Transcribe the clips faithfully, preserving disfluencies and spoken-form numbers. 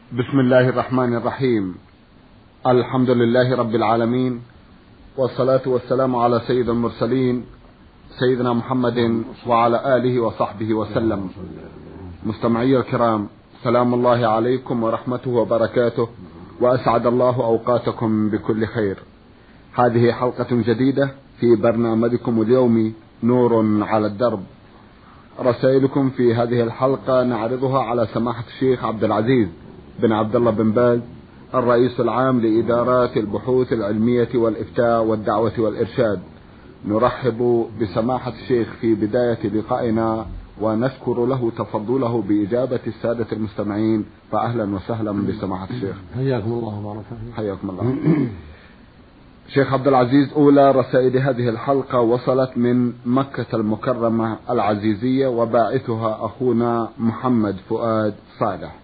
بسم الله الرحمن الرحيم. الحمد لله رب العالمين، والصلاة والسلام على سيد المرسلين سيدنا محمد وعلى آله وصحبه وسلم. مستمعي الكرام، سلام الله عليكم ورحمته وبركاته، وأسعد الله أوقاتكم بكل خير. هذه حلقة جديدة في برنامجكم اليومي نور على الدرب. رسائلكم في هذه الحلقة نعرضها على سماحة الشيخ عبد العزيز بن عبد الله بن باز، الرئيس العام لإدارات البحوث العلمية والإفتاء والدعوة والإرشاد. نرحب بسماحة الشيخ في بداية لقائنا ونشكر له تفضله بإجابة السادة المستمعين، فأهلا وسهلا بسماحة الشيخ. حياكم الله وبارك فيكم. حياكم الله. شيخ عبد العزيز، أولى رسائل هذه الحلقة وصلت من مكة المكرمة العزيزية، وباعثها أخونا محمد فؤاد صالح.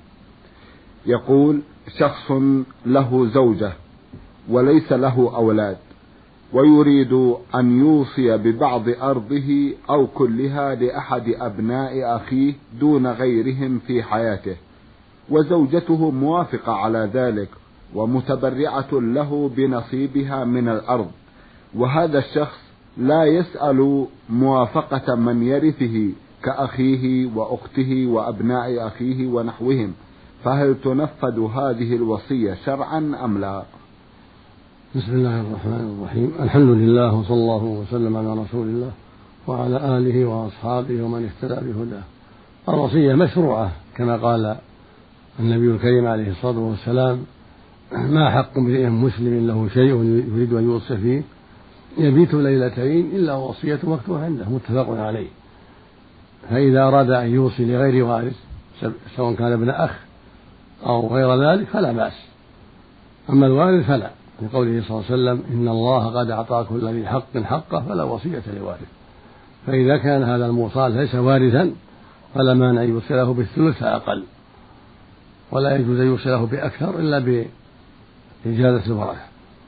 يقول: شخص له زوجة وليس له أولاد، ويريد أن يوصي ببعض أرضه أو كلها لأحد أبناء أخيه دون غيرهم في حياته، وزوجته موافقة على ذلك ومتبرعة له بنصيبها من الأرض، وهذا الشخص لا يسأل موافقة من يرثه كأخيه وأخته وأبناء أخيه ونحوهم، فهل تنفذ هذه الوصية شرعا أم لا؟ بسم الله الرحمن الرحيم. الحمد لله، وصلى الله وسلم على رسول الله وعلى آله وأصحابه ومن اهتدى بهداه. الوصية مشروعة كما قال النبي الكريم عليه الصلاة والسلام: ما حق امرئ مسلم له شيء يريد أن يوصي فيه يبيت ليلتين إلا وصية مكتوبة عنده، متفق عليه. فإذا أراد أن يوصي لغير وارث سواء كان ابن أخ أو غير ذلك فلا بأس، أما الوارث فلا، لقوله صلى الله عليه وسلم: إن الله قد أعطى كل ذي حق حقه فلا وصية لوارث. فإذا كان هذا الموصى ليس وارثا فلا مانع يوصي له بالثلث فأقل، ولا يجوز أن يوصي له بأكثر إلا بإجازة الورثة.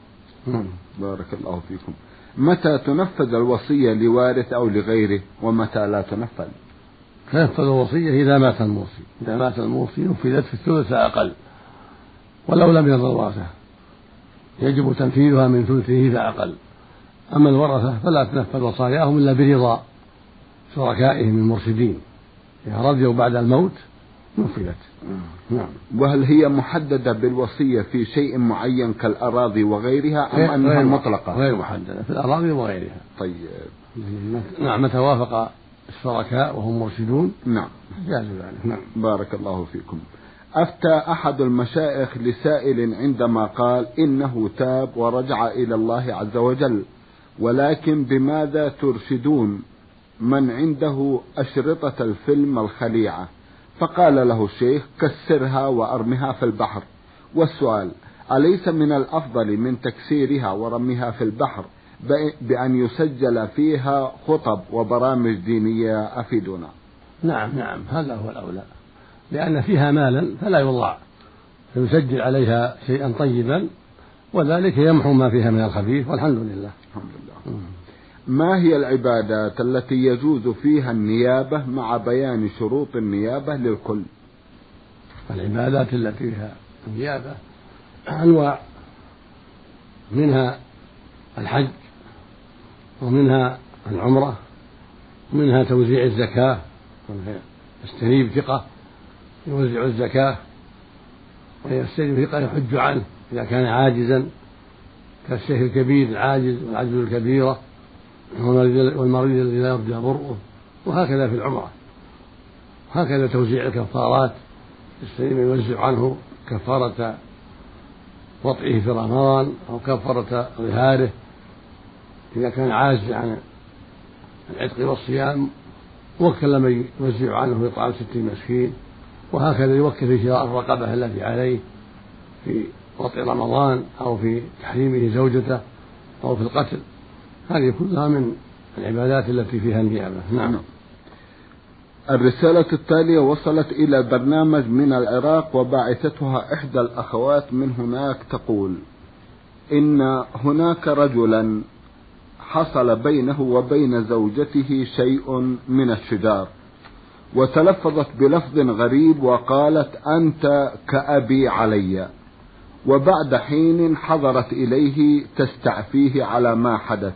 بارك الله فيكم. متى تنفذ الوصية لوارث أو لغيره، ومتى لا تنفذ؟ تنفذ الوصية إذا مات الموصي، إذا مات الموصي نفذت في الثلث فأقل، ولو لم يرضى الورثة يجب تنفيذها من ثلثه فأقل. أما الورثة فلا تنفذ وصاياهم إلا برضا شركائهم المرشدين، إذا رضيوا بعد الموت نفذت. نعم. وهل هي محددة بالوصية في شيء معين كالأراضي وغيرها، أم أنها مطلقة؟ غير محددة في الأراضي وغيرها. طيب. نعم، متى وافق الشركاء وهم مرشدون نعم جاز ذلك. نعم. بارك الله فيكم. أفتى أحد المشايخ لسائل عندما قال إنه تاب ورجع إلى الله عز وجل، ولكن بماذا ترشدون من عنده أشرطة الفيلم الخليعة؟ فقال له الشيخ: كسرها وأرمها في البحر. والسؤال: أليس من الأفضل من تكسيرها ورميها في البحر بأن يسجل فيها خطب وبرامج دينية؟ أفيدنا. نعم نعم هذا هو الأولى، لأن فيها مالا فلا يضاع، فيسجل عليها شيئا طيبا، وذلك يمحو ما فيها من الخبيث، والحمد لله. الحمد لله. ما هي العبادات التي يجوز فيها النيابة مع بيان شروط النيابة للكل؟ العبادات التي فيها النيابة أنواع، منها الحج، ومنها العمرة، ومنها توزيع الزكاة، يستنيب ثقة يوزع الزكاة، ويستنيب ثقة يحج عنه إذا كان عاجزا، كالشيخ الكبير العاجز والعجز الكبيرة والمريض الذي لا يرجى برؤه، وهكذا في العمرة. هكذا توزيع الكفارات، يستنيب يوزع عنه كفارة وطئه في رمضان أو كفارة ظهاره إذا كان عاجز عن العتق والصيام، وكل من يوزع عنه إطعام ستين مسكين، وهكذا يوكل في شراء الرقبة التي عليه في وطئ رمضان أو في تحريمه زوجته أو في القتل. هذه كلها من العبادات التي فيها النيابة. نعم. الرسالة التالية وصلت إلى برنامج من العراق، وباعثتها إحدى الأخوات من هناك، تقول: إن هناك رجلا حصل بينه وبين زوجته شيء من الشجار، وتلفظت بلفظ غريب وقالت أنت كأبي علي، وبعد حين حضرت إليه تستعفيه على ما حدث،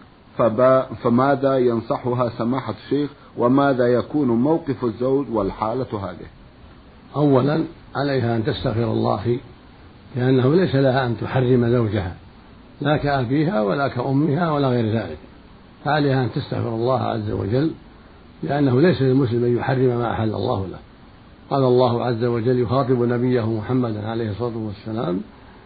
فماذا ينصحها سماحة الشيخ، وماذا يكون موقف الزوج والحالة هذه؟ أولا عليها أن تستغفر الله، لأنه ليس لها أن تحرم زوجها لا كأبيها ولا كأمها ولا غير ذلك، فعليها أن تستغفر الله عز وجل، لأنه ليس للمسلم أن يحرم ما أحل الله له. قال الله عز وجل يخاطب نبيه محمدا عليه الصلاة والسلام: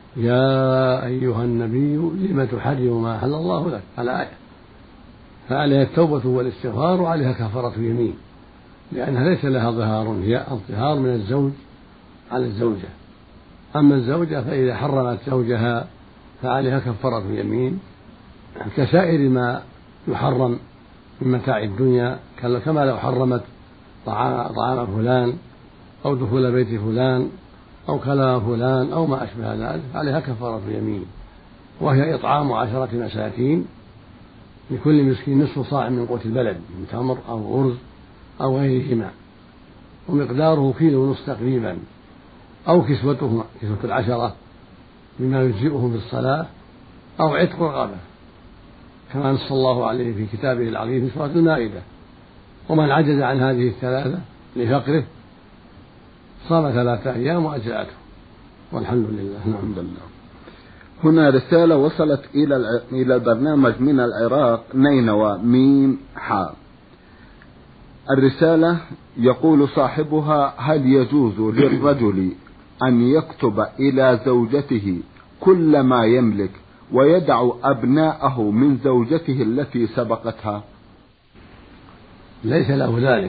يا أيها النبي لم تحرم ما أحل الله لك، الآية. فعليها التوبة والاستغفار، وعليها كفارة يمين، لأنها ليس لها ظهار، هي الظهار من الزوج على الزوجة. أما الزوجة فإذا حرمت زوجها فعليها كفارة يمين، كسائر ما يحرم من متاع الدنيا، كما لو حرمت طعام فلان أو دخول بيت فلان أو كلام فلان أو ما أشبه ذلك، عليها كفارة يمين، وهي إطعام عشرة مساكين لكل مسكين نصف صاع من قوت البلد، من تمر أو أرز أو غيرهما، ومقداره كيلو ونصف تقريبا، أو كسوتهم كسوة العشرة بما يجزئهم في الصلاة، أو عتق رقبة كما نص الله عليه في كتابه العظيم في سورة المائدة. ومن عجز عن هذه الثلاثة لفقره صام ثلاثة أيام وأجزأته، والحمد لله. الحمد لله. هنا رسالة وصلت إلى إلى البرنامج من العراق، نينوى ميم حاء. الرسالة يقول صاحبها: هل يجوز للرجل أن يكتب إلى زوجته كل ما يملك ويدع أبناءه من زوجته التي سبقتها؟ ليس له ذلك،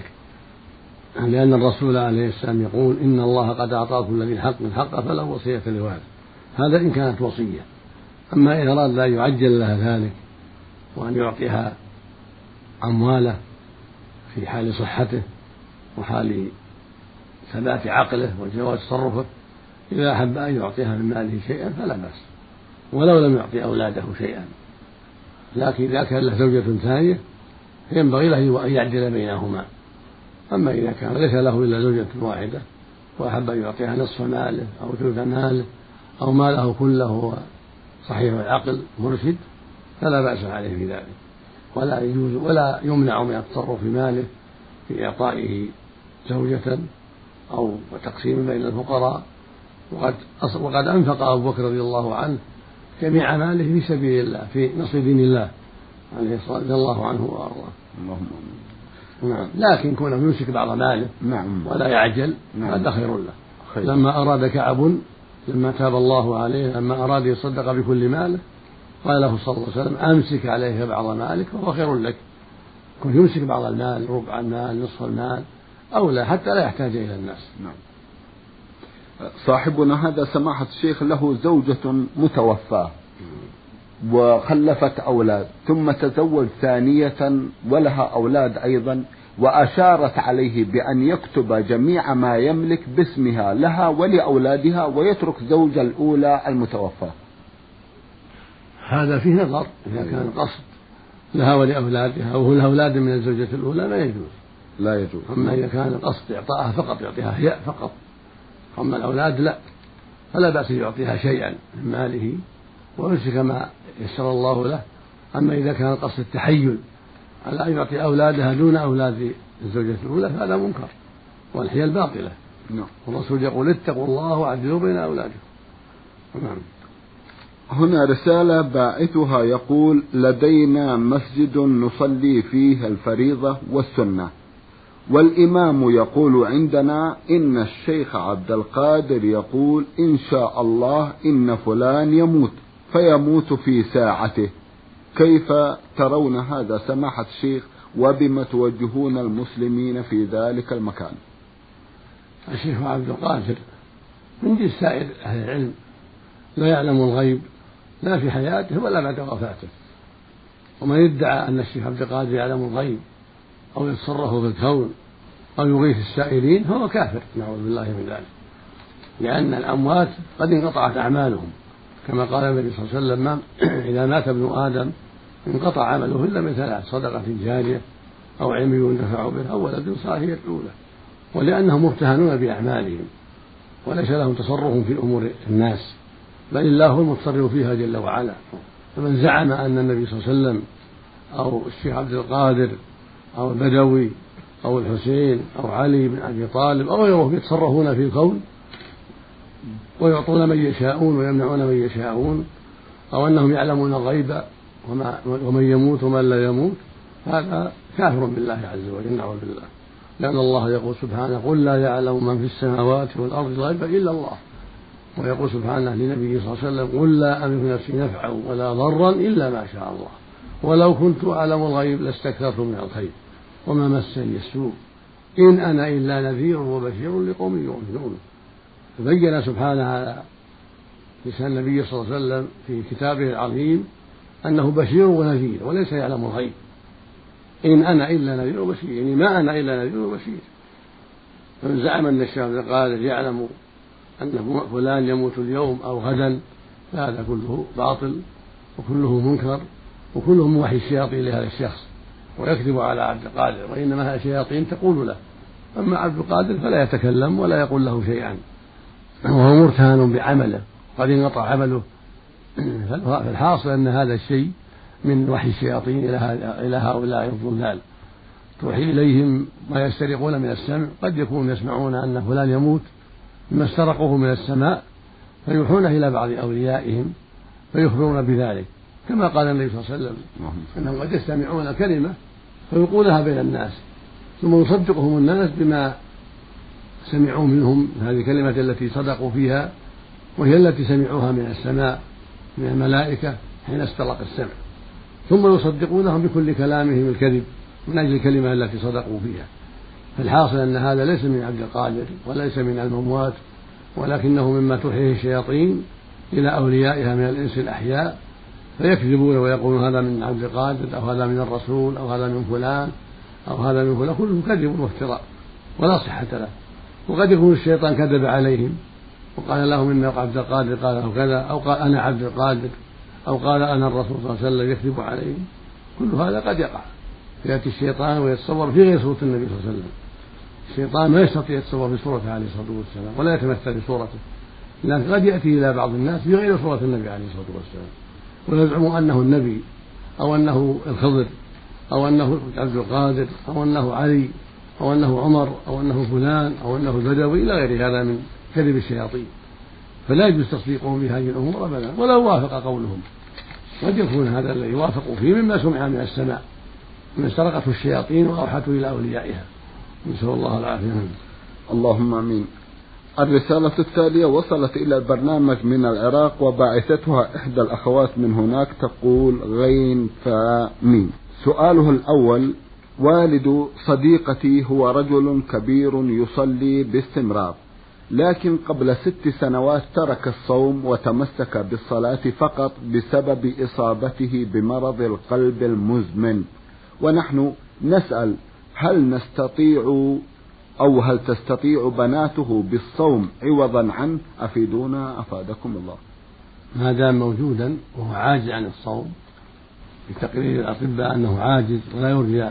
لأن الرسول عليه السلام يقول: إن الله قد أعطى كل ذي حق حقه فله وصية لوارث. هذا إن كانت وصية. أما إن أراد لا يعجل لها ذلك وأن يعطيها أمواله في حال صحته وحال ثبات عقله وجواز تصرفه، إذا أحب أن يعطيها من ماله شيئا فلا بأس، ولو لم يعطي أولاده شيئا. لكن إذا كان له زوجة ثانية فينبغي له أن يعدل بينهما. أما إذا كان ليس له إلا زوجة واحدة وأحب أن يعطيها نصف ماله أو ثلث ماله أو ماله كله صحيح العقل مرشد، فلا بأس عليه في ذلك، ولا يجوز ولا يمنع من التصرف في ماله في إعطائه زوجة أو تقسيم بين الفقراء. وقد وقد أنفق أبو بكر رضي الله عنه جميع ماله في سبيل الله في نصر دين الله عليه الصلاة رضي الله عنه وأرضاه. اللهم نعم. لكن كونه يمسك بعض ماله نعم ولا يعجل هذا خير له. خير. لما أراد كعب لما تاب الله عليه لما أراد يصدق بكل ماله قال له صلى الله عليه وسلم: أمسك عليك بعض مالك وهو خير لك. كن يمسك بعض المال، ربع المال، نصف المال، أو لا، حتى لا يحتاج إلى الناس. نعم. صاحبنا هذا سماحة الشيخ له زوجة متوفاة وخلفت أولاد، ثم تزوج ثانية ولها أولاد أيضا، وأشارت عليه بأن يكتب جميع ما يملك باسمها لها ولأولادها ويترك زوج الأولى المتوفاة. هذا فيه نظر، إذا كان قصد لها ولأولادها وهو لها أولاد من الزوجة الأولى ما يجوز، لا يجوز. أما إذا كان قصد إعطائها فقط يعطيها هي فقط، أما الأولاد لا، فلا بأس يعطيها شيئا من ماله ويمسك ما يسر الله له. أما إذا كان قصد التحيل على أن يعطي أولادها دون أولاد الزوجة الأولى فهذا منكر والحيل باطلة. نعم. والرسول يقول: اتقوا الله وعدلوا بين أولادكم. نعم. هنا رسالة باعثها يقول: لدينا مسجد نصلي فيه الفريضة والسنة، والإمام يقول عندنا إن الشيخ عبد القادر يقول إن شاء الله إن فلان يموت فيموت في ساعته، كيف ترون هذا سماحة الشيخ، وبما توجهون المسلمين في ذلك المكان؟ الشيخ عبد القادر من جنس سائر أهل العلم، لا يعلم الغيب لا في حياته ولا بعد وفاته، ومن ادعى أن الشيخ عبد القادر يعلم الغيب أو يتصرف في الكون أو يغيث السائلين هو كافر، نعوذ بالله من ذلك، لأن الأموات قد انقطعت أعمالهم، كما قال النبي صلى الله عليه وسلم: إذا مات ابن آدم انقطع عمله إلا من ثلاث: صدقة جارية أو علم ينتفع به أو ولد صالح يدعو له. ولأنهم مرتهنون بأعمالهم وليس لهم تصرف في أمور الناس، بل الله هو المتصرف فيها جل وعلا. فمن زعم أن النبي صلى الله عليه وسلم أو الشيخ عبد القادر أو البدوي أو الحسين أو علي بن أبي طالب أو غيرهم يتصرفون في الكون ويعطون من يشاءون ويمنعون من يشاءون، أو أنهم يعلمون الغيب ومن يموت ومن لا يموت، هذا كافر بالله عز وجل، نعوذ بالله. لأن الله يقول سبحانه: قل لا يعلم من في السماوات والأرض الغيب إلا الله. ويقول سبحانه لنبيه صلى الله عليه وسلم: قل لا أملك نفسي نفعا ولا ضرا إلا ما شاء الله ولو كنت أعلم الغيب لاستكثرت من الخير وما مسني السوء إن أنا إلا نذير وبشير لقوم يؤمنون. فبين سبحانه على لسان النبي صلى الله عليه وسلم في كتابه العظيم أنه بشير ونذير وليس يعلم الغيب. إن أنا إلا نذير وبشير، يعني ما أنا إلا نذير وبشير. فمن زعم أن الشيخ عبد القادر يعلم أن فلان يموت اليوم أو غدا فهذا كله باطل وكله منكر وكله من وحي الشياطين لهذا الشخص، ويكذب على عبد القادر، وإنما هي شياطين تقول له. أما عبد القادر فلا يتكلم ولا يقول له شيئا، وهو مرتهن بعمله قد انقطع عمله. فالحاصل أن هذا الشيء من وحي الشياطين إلى هؤلاء الضلال، توحي إليهم ما يسترقون من السمع. قد يكون يسمعون أن فلان يموت مما استرقوه من السماء فيوحون إلى بعض أوليائهم فيخبرون بذلك، كما قال النبي صلى الله عليه وسلم أنهم قد يستمعون كلمة فيلقونها بين الناس ثم يصدقهم الناس بما سمعوا منهم هذه الكلمة التي صدقوا فيها، وهي التي سمعوها من السماء من الملائكة حين استرق السمع، ثم يصدقونهم بكل كلامهم الكذب من أجل الكلمة التي صدقوا فيها. فالحاصل أن هذا ليس من عبد القادر وليس من المموات، ولكنه مما توحيه الشياطين إلى أوليائها من الإنس الأحياء، فيكذبون ويقولون هذا من عبد القادر أو هذا من الرسول أو هذا من فلان أو هذا من فلان، كله كذب وافتراء ولا صحة له. وقد يكون الشيطان كذب عليهم وقال لهم إن عبد القادر قال له كذا، أو قال أنا عبد القادر، أو قال أنا الرسول صلى الله عليه وسلم، يكذب عليهم. كل هذا قد يقع، يأتي الشيطان ويتصور في غير صورة النبي صلى الله عليه وسلم. الشيطان ما يستطيع يتصور في صورته عليه الصلاة والسلام ولا يتمثل في صورته، لكن قد يأتي إلى بعض الناس في غير صورة النبي عليه الصلاة والسلام ويزعم أنه النبي أو أنه الخضر أو أنه عبد القادر أو أنه علي أو أنه عمر أو أنه فلان أو أنه البدوي إلى غير هذا من كذب الشياطين. فلا يجوز تصديقهم بهذه الأمور أبدا ولو وافق قولهم. قد يكون هذا الذي وافقوا فيه مما سمع من السماء من استرقته الشياطين وأوحته إلى أوليائها، نسأل الله العافية. اللهم آمين. الرسالة التالية وصلت إلى البرنامج من العراق وباعثتها إحدى الأخوات من هناك، تقول غين فامين. سؤاله الأول: والد صديقتي هو رجل كبير يصلي باستمرار، لكن قبل ست سنوات ترك الصوم وتمسك بالصلاة فقط بسبب إصابته بمرض القلب المزمن، ونحن نسأل هل نستطيع أو هل تستطيع بناته بالصوم عوضا عنه؟ أفيدونا أفادكم الله. ما دام موجودا وهو عاجز عن الصوم بتقرير الأطباء أنه عاجز ولا يرجى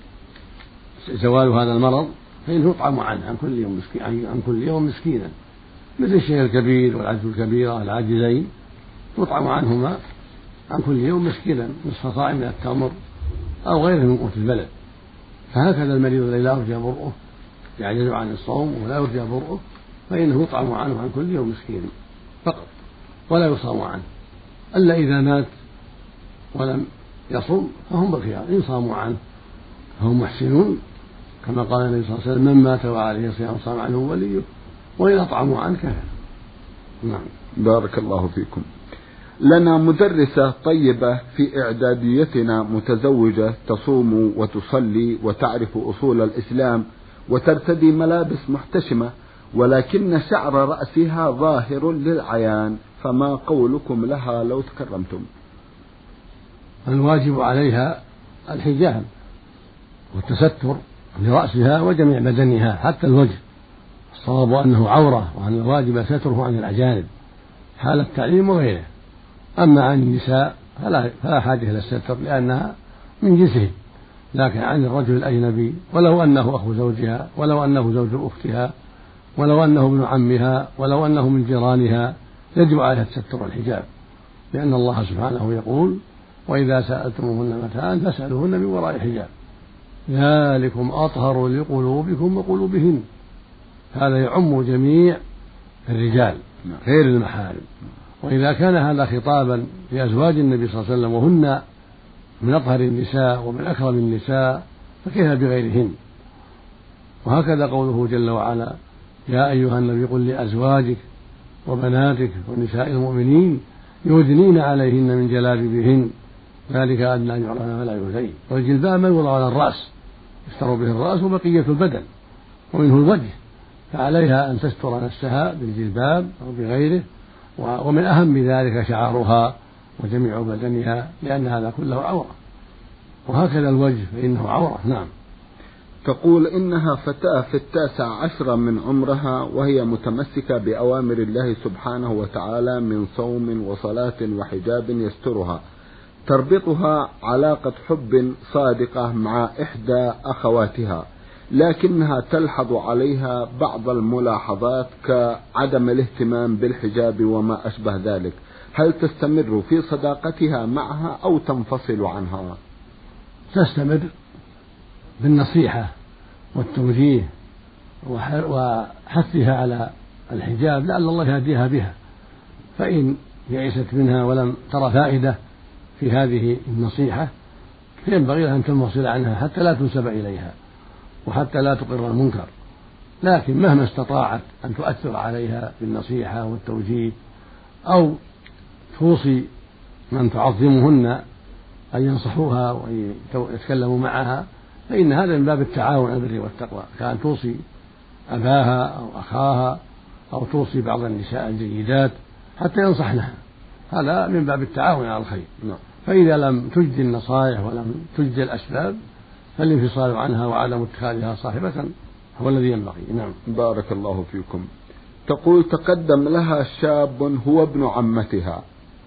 زوال هذا المرض، فإنه يطعم عنه عن كل يوم مسكين عن كل يوم مسكينا، مثل الشيخ الكبير والعجز الكبيرة العاجزين يطعم عنهما عن كل يوم مسكينا نصف صاع من التمر أو غيره من قوت البلد. فهكذا المريض الذي لا يرجى برؤه يعجز عن الصوم ولا يرجى برؤه فإنه يطعم عنه عن كل يوم مسكين فقط ولا يصام عنه، ألا إذا مات ولم يصم فهم بالخيار، إن صاموا عنه فهم محسنون كما قال النبي صلى الله عليه وسلم: من مات وعليه صيام صام عنه وليه، وإن أطعموا عنه كفى. نعم. بارك الله فيكم. لنا مدرسة طيبة في إعداديتنا متزوجة تصوم وتصلي وتعرف أصول الإسلام وترتدي ملابس محتشمة، ولكن شعر رأسها ظاهر للعيان، فما قولكم لها لو تكرمتم؟ الواجب عليها الحجاب والتستر لرأسها وجميع بدنها حتى الوجه، الصواب أنه عورة وأن الواجب ستره عن الأجانب حال التعليم وغيره. أما عن النساء فلا, فلا حاجة إلى الستر لأنها من جنسهم، لكن عن الرجل الأجنبي ولو أنه أخو زوجها ولو أنه زوج أختها ولو أنه ابن عمها ولو أنه من جيرانها يجب عليها التستر والحجاب، لأن الله سبحانه يقول: وإذا سألتموهن متاعا فاسألوهن من وراء حجاب ذلكم أطهر لقلوبكم وقلوبهن. هذا يعم جميع الرجال غير المحارم. وإذا كان هذا خطابا لأزواج النبي صلى الله عليه وسلم وهن من أطهر النساء ومن أكرم النساء فكيف بغيرهن؟ وهكذا قوله جل وعلا: يا أيها النبي قل لأزواجك وبناتك ونساء المؤمنين يدنين عليهن من جلابيبهن ذلك أدنى أن يعرفن فلا يؤذين. والجلباب ما يوضع على الرأس، يستر به الرأس وبقية البدن ومنه الوجه، فعليها أن تستر نفسها بالجلباب أو بغيره، ومن أهم ذلك شعرها وجميع بدنها، لأن هذا كله عورة، وهكذا الوجه فإنه عورة. نعم. تقول: إنها فتاة في التاسع عشر من عمرها وهي متمسكة بأوامر الله سبحانه وتعالى من صوم وصلاة وحجاب يسترها، تربطها علاقة حب صادقة مع إحدى أخواتها، لكنها تلحظ عليها بعض الملاحظات كعدم الاهتمام بالحجاب وما أشبه ذلك، هل تستمر في صداقتها معها أو تنفصل عنها؟ تستمر بالنصيحة والتوجيه وحثها على الحجاب لعل الله يهديها بها، فإن يئست منها ولم ترى فائدة في هذه النصيحة فينبغي لها أن تنفصل عنها حتى لا تنسب إليها وحتى لا تقر المنكر، لكن مهما استطاعت أن تؤثر عليها بالنصيحة والتوجيه أو توصي من تعظمهن أن ينصحوها ويتكلموا معها فإن هذا من باب التعاون على البر والتقوى، كأن توصي أباها أو أخاها أو توصي بعض النساء الجيدات حتى ينصحنها، هذا من باب التعاون على الخير. فإذا لم تجدي النصائح ولم تجدي الأسباب فالانفصال عنها وعدم اتخاذها صاحبة هو الذي ينبغي. نعم. بارك الله فيكم. تقول: تقدم لها شاب هو ابن عمتها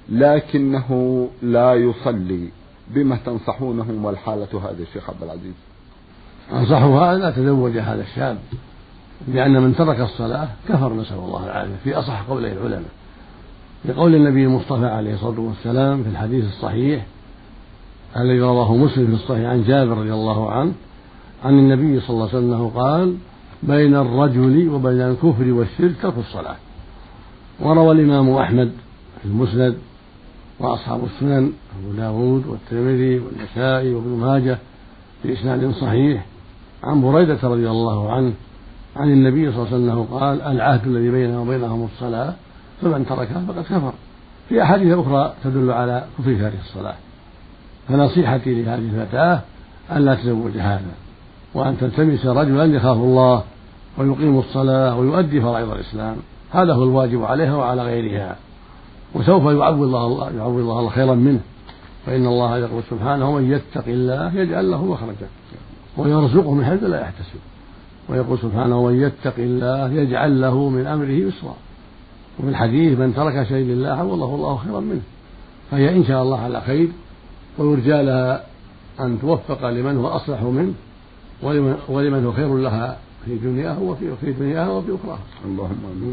لكنه لا يصلي، بما تنصحونه والحالة هذه الشيخ عبد العزيز؟ أنصحها أن لا تزوج هذا الشاب، لأن من ترك الصلاة كفر، نسأل الله العافية، في أصح قولي العلماء، لقول النبي المصطفى عليه الصلاة والسلام في الحديث الصحيح الذي رواه مسلم في الصحيح عن جابر رضي الله عنه عن النبي صلى الله عليه وسلم قال: بين الرجل وبين الكفر والشرك ترك الصلاة. وروى الإمام أحمد في المسند وأصحاب السنن أبو داود والترمذي والنسائي وابن ماجه بإسناد صحيح عن بريدة رضي الله عنه عن النبي صلى الله عليه وسلم قال: العهد الذي بيننا وبينهم الصلاة فمن تركها فقد كفر. في أحاديث أخرى تدل على كفر تارك الصلاة. فنصيحتي لهذه الفتاة أن لا تزوج هذا، وأن تلتمس رجلا يخاف الله ويقيم الصلاة ويؤدي فرائض الإسلام، هذا هو الواجب عليها وعلى غيرها، وسوف يعوض الله يعوض الله خيرا منه، فإن الله يقول سبحانه: ومن يتق الله يجعل له مخرجا ويرزقه من حيث لا يحتسب، ويقول سبحانه: ومن يتق الله يجعل له من أمره يسرا. وفي الحديث: من ترك شيء لله عوضه الله خيرا منه. فهي إن شاء الله على خير، ويرجى لها أن توفق لمن هو أصلح منه ولمن هو خير لها في دنياها وفي في دنياها وفي أخراها. اللهم آمين.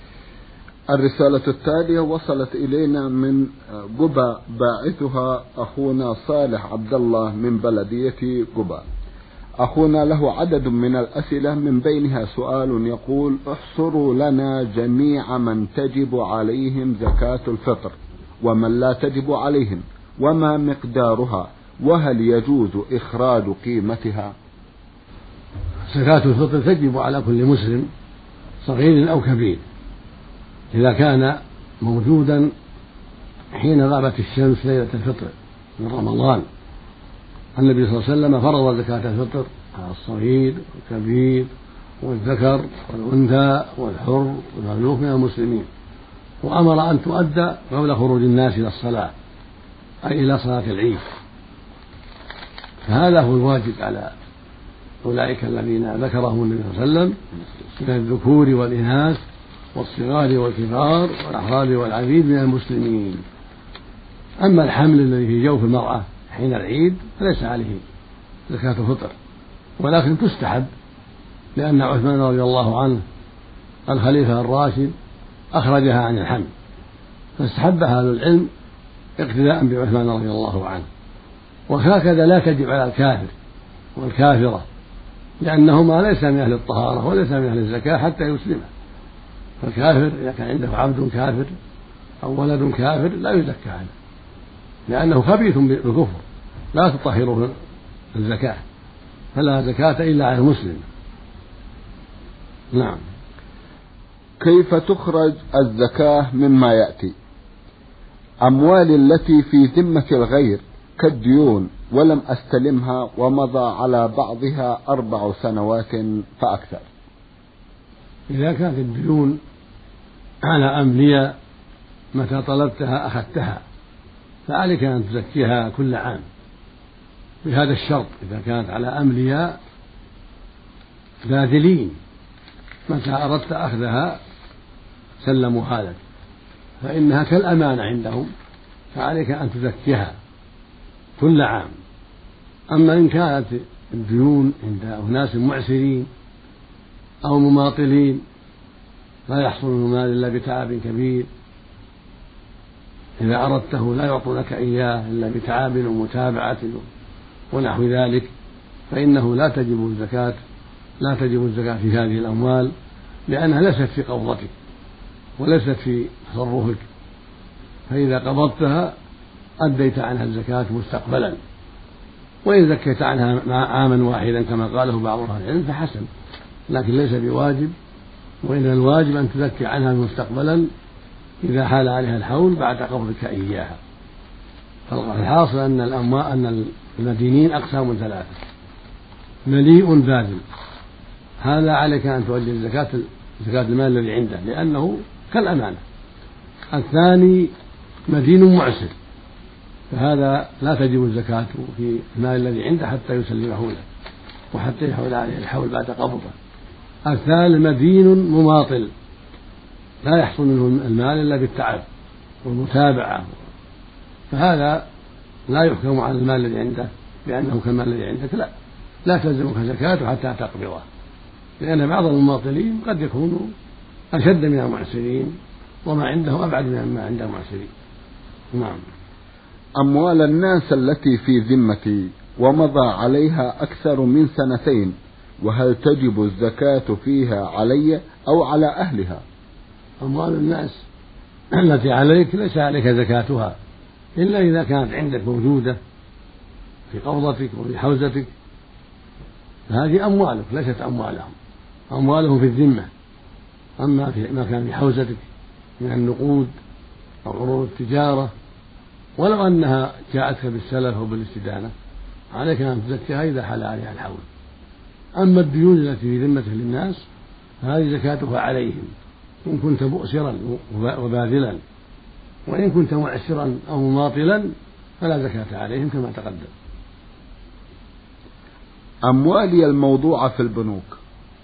الرسالة التالية وصلت إلينا من قبى، باعثها أخونا صالح عبد الله من بلدية قبى. أخونا له عدد من الأسئلة، من بينها سؤال يقول: احصروا لنا جميع من تجب عليهم زكاة الفطر ومن لا تجب عليهم، وما مقدارها، وهل يجوز إخراج قيمتها؟ زكاة الفطر تجب على كل مسلم صغير أو كبير إذا كان موجودا حين غابت الشمس ليلة الفطر من رمضان. النبي صلى الله عليه وسلم فرض زكاة الفطر على الصغير والكبير والذكر والأنثى والحر والمملوك من المسلمين، وأمر أن تؤدى قبل خروج الناس إلى الصلاة أي إلى صلاة العيد. فهذا هو الواجب على أولئك الذين ذكرهم النبي صلى الله عليه وسلم من الذكور والإناث والصغار والكبار والأحرار والعبيد من المسلمين. أما الحمل الذي في جوف المرأة حين العيد فليس عليه زكاة الفطر، ولكن تستحب، لأن عثمان رضي الله عنه الخليفة الراشد أخرجها عن الحمل، فاستحبها أهل العلم اقتداء بعثمان رضي الله عنه. وهكذا لا تجب على الكافر والكافرة، لأنهما ليس من أهل الطهارة وليس من أهل الزكاة حتى يسلم. فالكافر إذا كان عنده عبد كافر أو ولد كافر لا يزكى عنه، لأنه خبيث بالكفر لا تطهره الزكاة، فلا زكاة إلا على المسلم. نعم. كيف تخرج الزكاة مما يأتي؟ أموال التي في ذمة الغير كالديون ولم أستلمها ومضى على بعضها أربع سنوات فأكثر. إذا كانت الديون على أملياء متى طلبتها أخذتها، فعليك أن تزكيها كل عام بهذا الشرط: إذا كانت على أملياء باذلين متى أردت أخذها سلموها لك، فإنها كالأمانة عندهم، فعليك أن تزكيها كل عام. أما إن كانت الديون عند أناس معسرين أو مماطلين لا يحصل المال إلا بتعب كبير، إذا أردته لا يعطونك إياه إلا بتعب ومتابعة ونحو ذلك، فإنه لا تجب الزكاة لا تجب الزكاة في هذه الأموال، لأنها ليست في قبضتك وليست في تصرفك، فإذا قبضتها أديت عنها الزكاة مستقبلا. وإن زكيت عنها عاما واحدا كما قاله بعض أهل العلم فحسن، لكن ليس بواجب، وإن الواجب أن تزكي عنها مستقبلا إذا حال عليها الحول بعد قبضك إياها. فالحاصل أن الأموال أن المدينين أقسام ثلاثة: مليء باذل، هذا عليك أن تؤدي الزكاة زكاة المال الذي عنده لأنه كالأمانة. الثاني مدين معسر، فهذا لا تجب الزكاة في المال الذي عنده حتى يسلمه له وحتى يحول عليه الحول بعد قبضه. الثالث مدين مماطل، لا يحصل منه المال إلا بالتعب والمتابعة، فهذا لا يحكم على المال الذي عنده بأنه كالمال الذي عندك، لا لا تلزمك زكاة حتى تقبضه، لأن بعض المماطلين قد يكونوا أشد من المعسرين وما عنده أبعد من ما عند المعسرين. نعم. أموال الناس التي في ذمتي ومضى عليها أكثر من سنتين، وهل تجب الزكاة فيها علي أو على أهلها؟ أموال الناس التي عليك ليس عليك زكاتها إلا إذا كانت عندك موجودة في قبضتك وفي حوزتك، فهذه أموالك ليست أموالهم، أموالهم في الذمة. أما في ما كان في حوزتك من النقود أو عروض التجارة ولو أنها جاءتك بالسلف أو بالاستدانة عليك أن تزكيها إذا حال عليها الحول. أما الديون التي في ذمتك للناس فهذه زكاتها عليهم إن كنت مؤسرا وباذلا، وإن كنت معسرا أو مماطلا فلا زكاة عليهم كما تقدم. أموالي الموضوعة في البنوك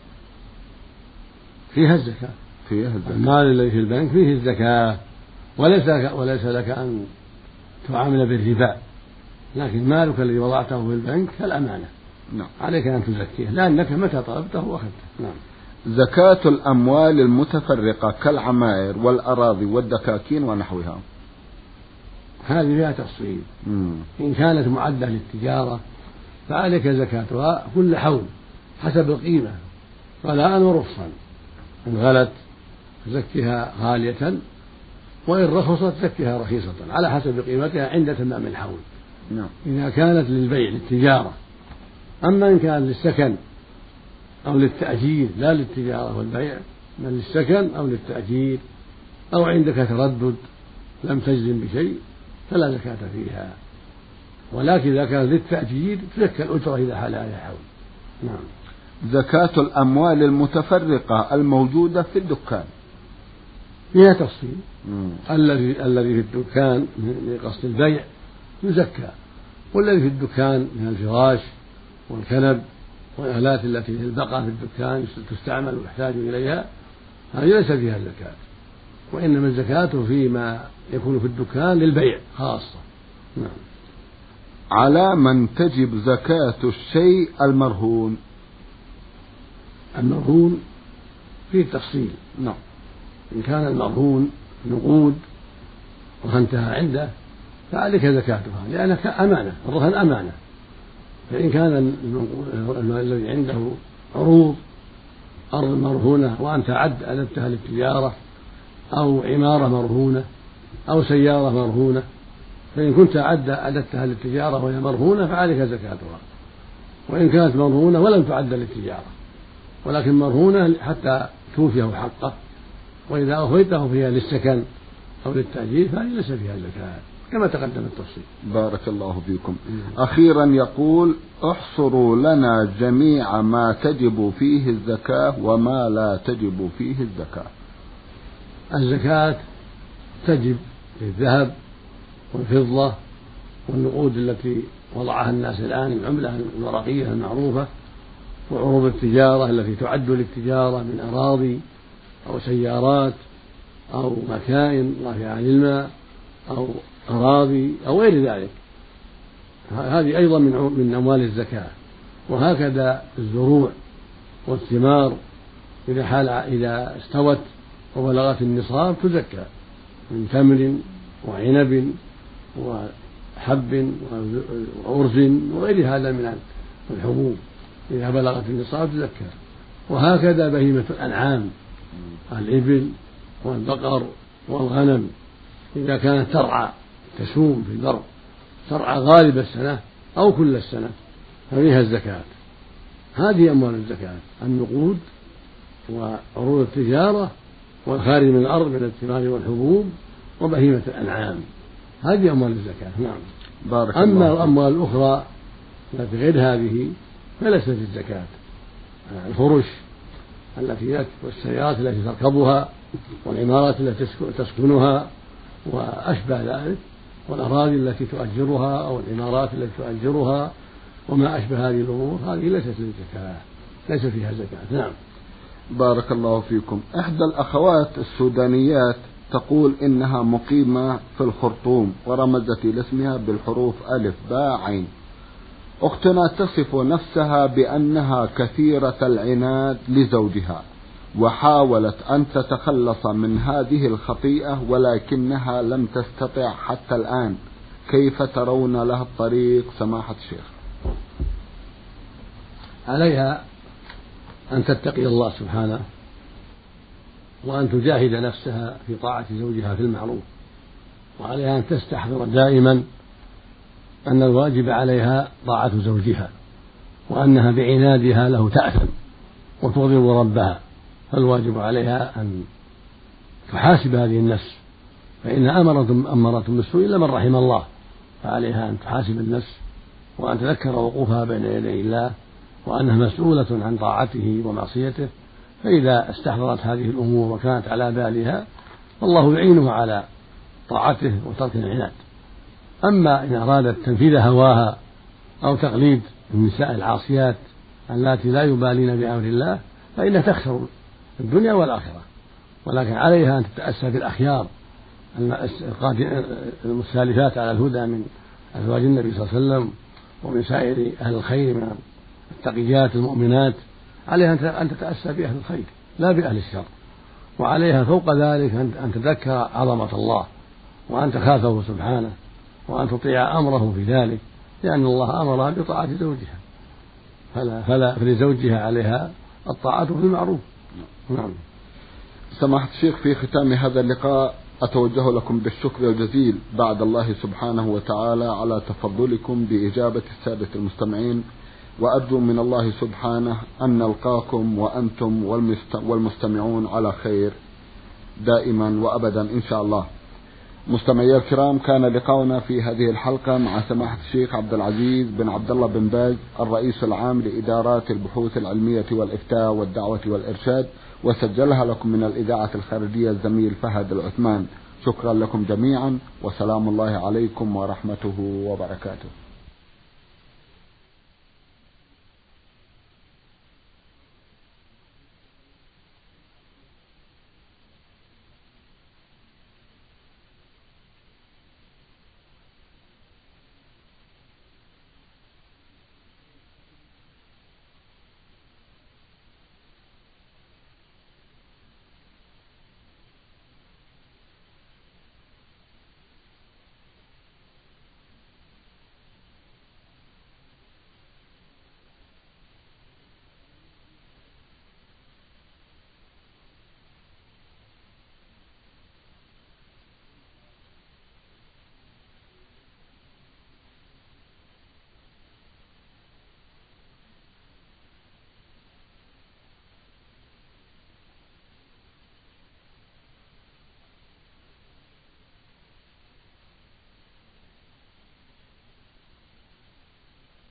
فيها الزكاة، فيها الزكاة. المال الذي في البنك فيه الزكاة، وليس لك, وليس لك أن تعامل بالربا، لكن مالك الذي وضعته في البنك كالأمانة. نعم. عليك أن تزكيه لأنك متى طلبته وأخذته. نعم. زكاة الأموال المتفرقة كالعمائر والأراضي والدكاكين ونحوها، هذه فيها تفصيل. مم. إن كانت معدة للتجارة فعليك زكاتها كل حول حسب القيمة غلاء ورخصا، إن غلت تزكيها غالية، وإن رخصت تزكيها رخيصة على حسب قيمتها عند تمام الحول. نعم. إذا كانت للبيع للتجارة. أما إن كان للسكن أو للتأجير لا للتجارة والبيع بل للسكن أو للتأجير أو عندك تردد لم تجزم بشيء فلا زكاة فيها، ولكن إذا كان للتأجير تزكى الأجرة إذا حال عليها الحول. نعم. زكاة الأموال المتفرقة الموجودة في الدكان فيها تفصيل. مم. الذي الذي في الدكان لقصد البيع يزكى، والذي في الدكان من الفراش والكنب والآلات التي البقى في الدكان تستعمل ويحتاج إليها هذه ليس فيها الزكاة، وإنما الزكاة فيما يكون في الدكان للبيع خاصة. نعم. على من تجب زكاة الشيء المرهون؟ المرهون فيه تفصيل. نعم. إن كان المرهون نقود وانتهى عنده فعليك زكاتها لأنك أمانة، الرهن أمانة. فإن كان الذي عنده عروض أرض مرهونة وأنت عد ألبتها للتجارة أو عمارة مرهونة أو سيارة مرهونة، فإن كنت عد أدتها للتجارة وهي مرهونة فعليك زكاتها. وإن كانت مرهونة ولم تعد للتجارة ولكن مرهونة حتى توفيه حقه، وإذا أوفيته فيها للسكن أو للتأجير فهذه ليس فيها زكاة كما تقدم التفصيل. بارك الله فيكم. أخيرا يقول: احصروا لنا جميع ما تجب فيه الزكاة وما لا تجب فيه الزكاة. الزكاة تجب في الذهب والفضة والنقود التي وضعها الناس الآن، العملة الورقية المعروفة، وعروض التجارة التي تعد للتجارة من أراضي أو سيارات أو مكائن رافعة للماء أو أراضي أو غير ذلك، هذه أيضا من من أموال الزكاة. وهكذا الزروع والثمار إذا حال إذا استوت وبلغت النصاب تزكى من تمر وعنب وحب وأرز وغير هذا من الحبوب، إذا بلغت النصاب تزكى. وهكذا بهيمة الأنعام، الإبل والبقر والغنم إذا كانت ترعى تسوم في البر، ترعى غالب السنة أو كل السنة، ففيها الزكاة. هذه أموال الزكاة: النقود وعروض التجارة والخارج من الأرض من الثمار والحبوب وبهيمة الأنعام، هذه أموال الزكاة. نعم. بارك أما الله. الأموال الأخرى التي غير هذه فليست في الزكاة: الفرش التي والسيارات التي تركبها والعمارات التي تسكنها وأشبه ذلك، والأراضي التي تؤجرها أو العمارات التي تؤجرها وما أشبه هذه الأمور، هذه ليست للزكاة، ليس فيها زكاة. نعم. بارك الله فيكم. إحدى الأخوات السودانيات تقول إنها مقيمة في الخرطوم ورمزت لاسمها بالحروف ألف باء عين. أختنا تصف نفسها بأنها كثيرة العناد لزوجها وحاولت أن تتخلص من هذه الخطيئة ولكنها لم تستطع حتى الآن، كيف ترون لها الطريق سماحة الشيخ؟ عليها أن تتقي الله سبحانه وأن تجاهد نفسها في طاعة زوجها في المعروف، وعليها أن تستحضر دائما أن الواجب عليها طاعة زوجها وأنها بعنادها له تأثم وتغضب ربها، فالواجب عليها أن تحاسب هذه النفس، فإنها أمرة بالسوء إلا من رحم الله، فعليها أن تحاسب النفس وأن تذكر وقوفها بين يدي الله وأنها مسؤولة عن طاعته ومعصيته، فإذا استحضرت هذه الأمور وكانت على بالها فالله يعينها على طاعته وترك العناد. أما إن أرادت تنفيذ هواها أو تقليد النساء العاصيات التي لا يبالين بأمر الله فإنها تخسر الدنيا والآخرة، ولكن عليها أن تتأسى بالأخيار المسالفات على الهدى من أزواج النبي صلى الله عليه وسلم ومن سائر أهل الخير من التقيات المؤمنات، عليها أن تتأسى بأهل الخير لا بأهل الشر، وعليها فوق ذلك أن تذكر عظمة الله وأن تخافه سبحانه وأن تطيع أمره في ذلك، لأن الله أمرها بطاعة زوجها، فلا, فلا فلزوجها عليها الطاعة في المعروف. نعم. سماحة الشيخ، في ختام هذا اللقاء أتوجه لكم بالشكر الجزيل بعد الله سبحانه وتعالى على تفضلكم بإجابة السادة المستمعين، وأرجو من الله سبحانه أن نلقاكم وأنتم والمستمعون على خير دائما وأبدا إن شاء الله. مستمعي الكرام، كان لقاؤنا في هذه الحلقة مع سماحة الشيخ عبد العزيز بن عبد الله بن باز الرئيس العام لإدارات البحوث العلمية والإفتاء والدعوة والإرشاد، وسجلها لكم من الإذاعة الخارجية الزميل فهد العثمان. شكرا لكم جميعا، وسلام الله عليكم ورحمته وبركاته.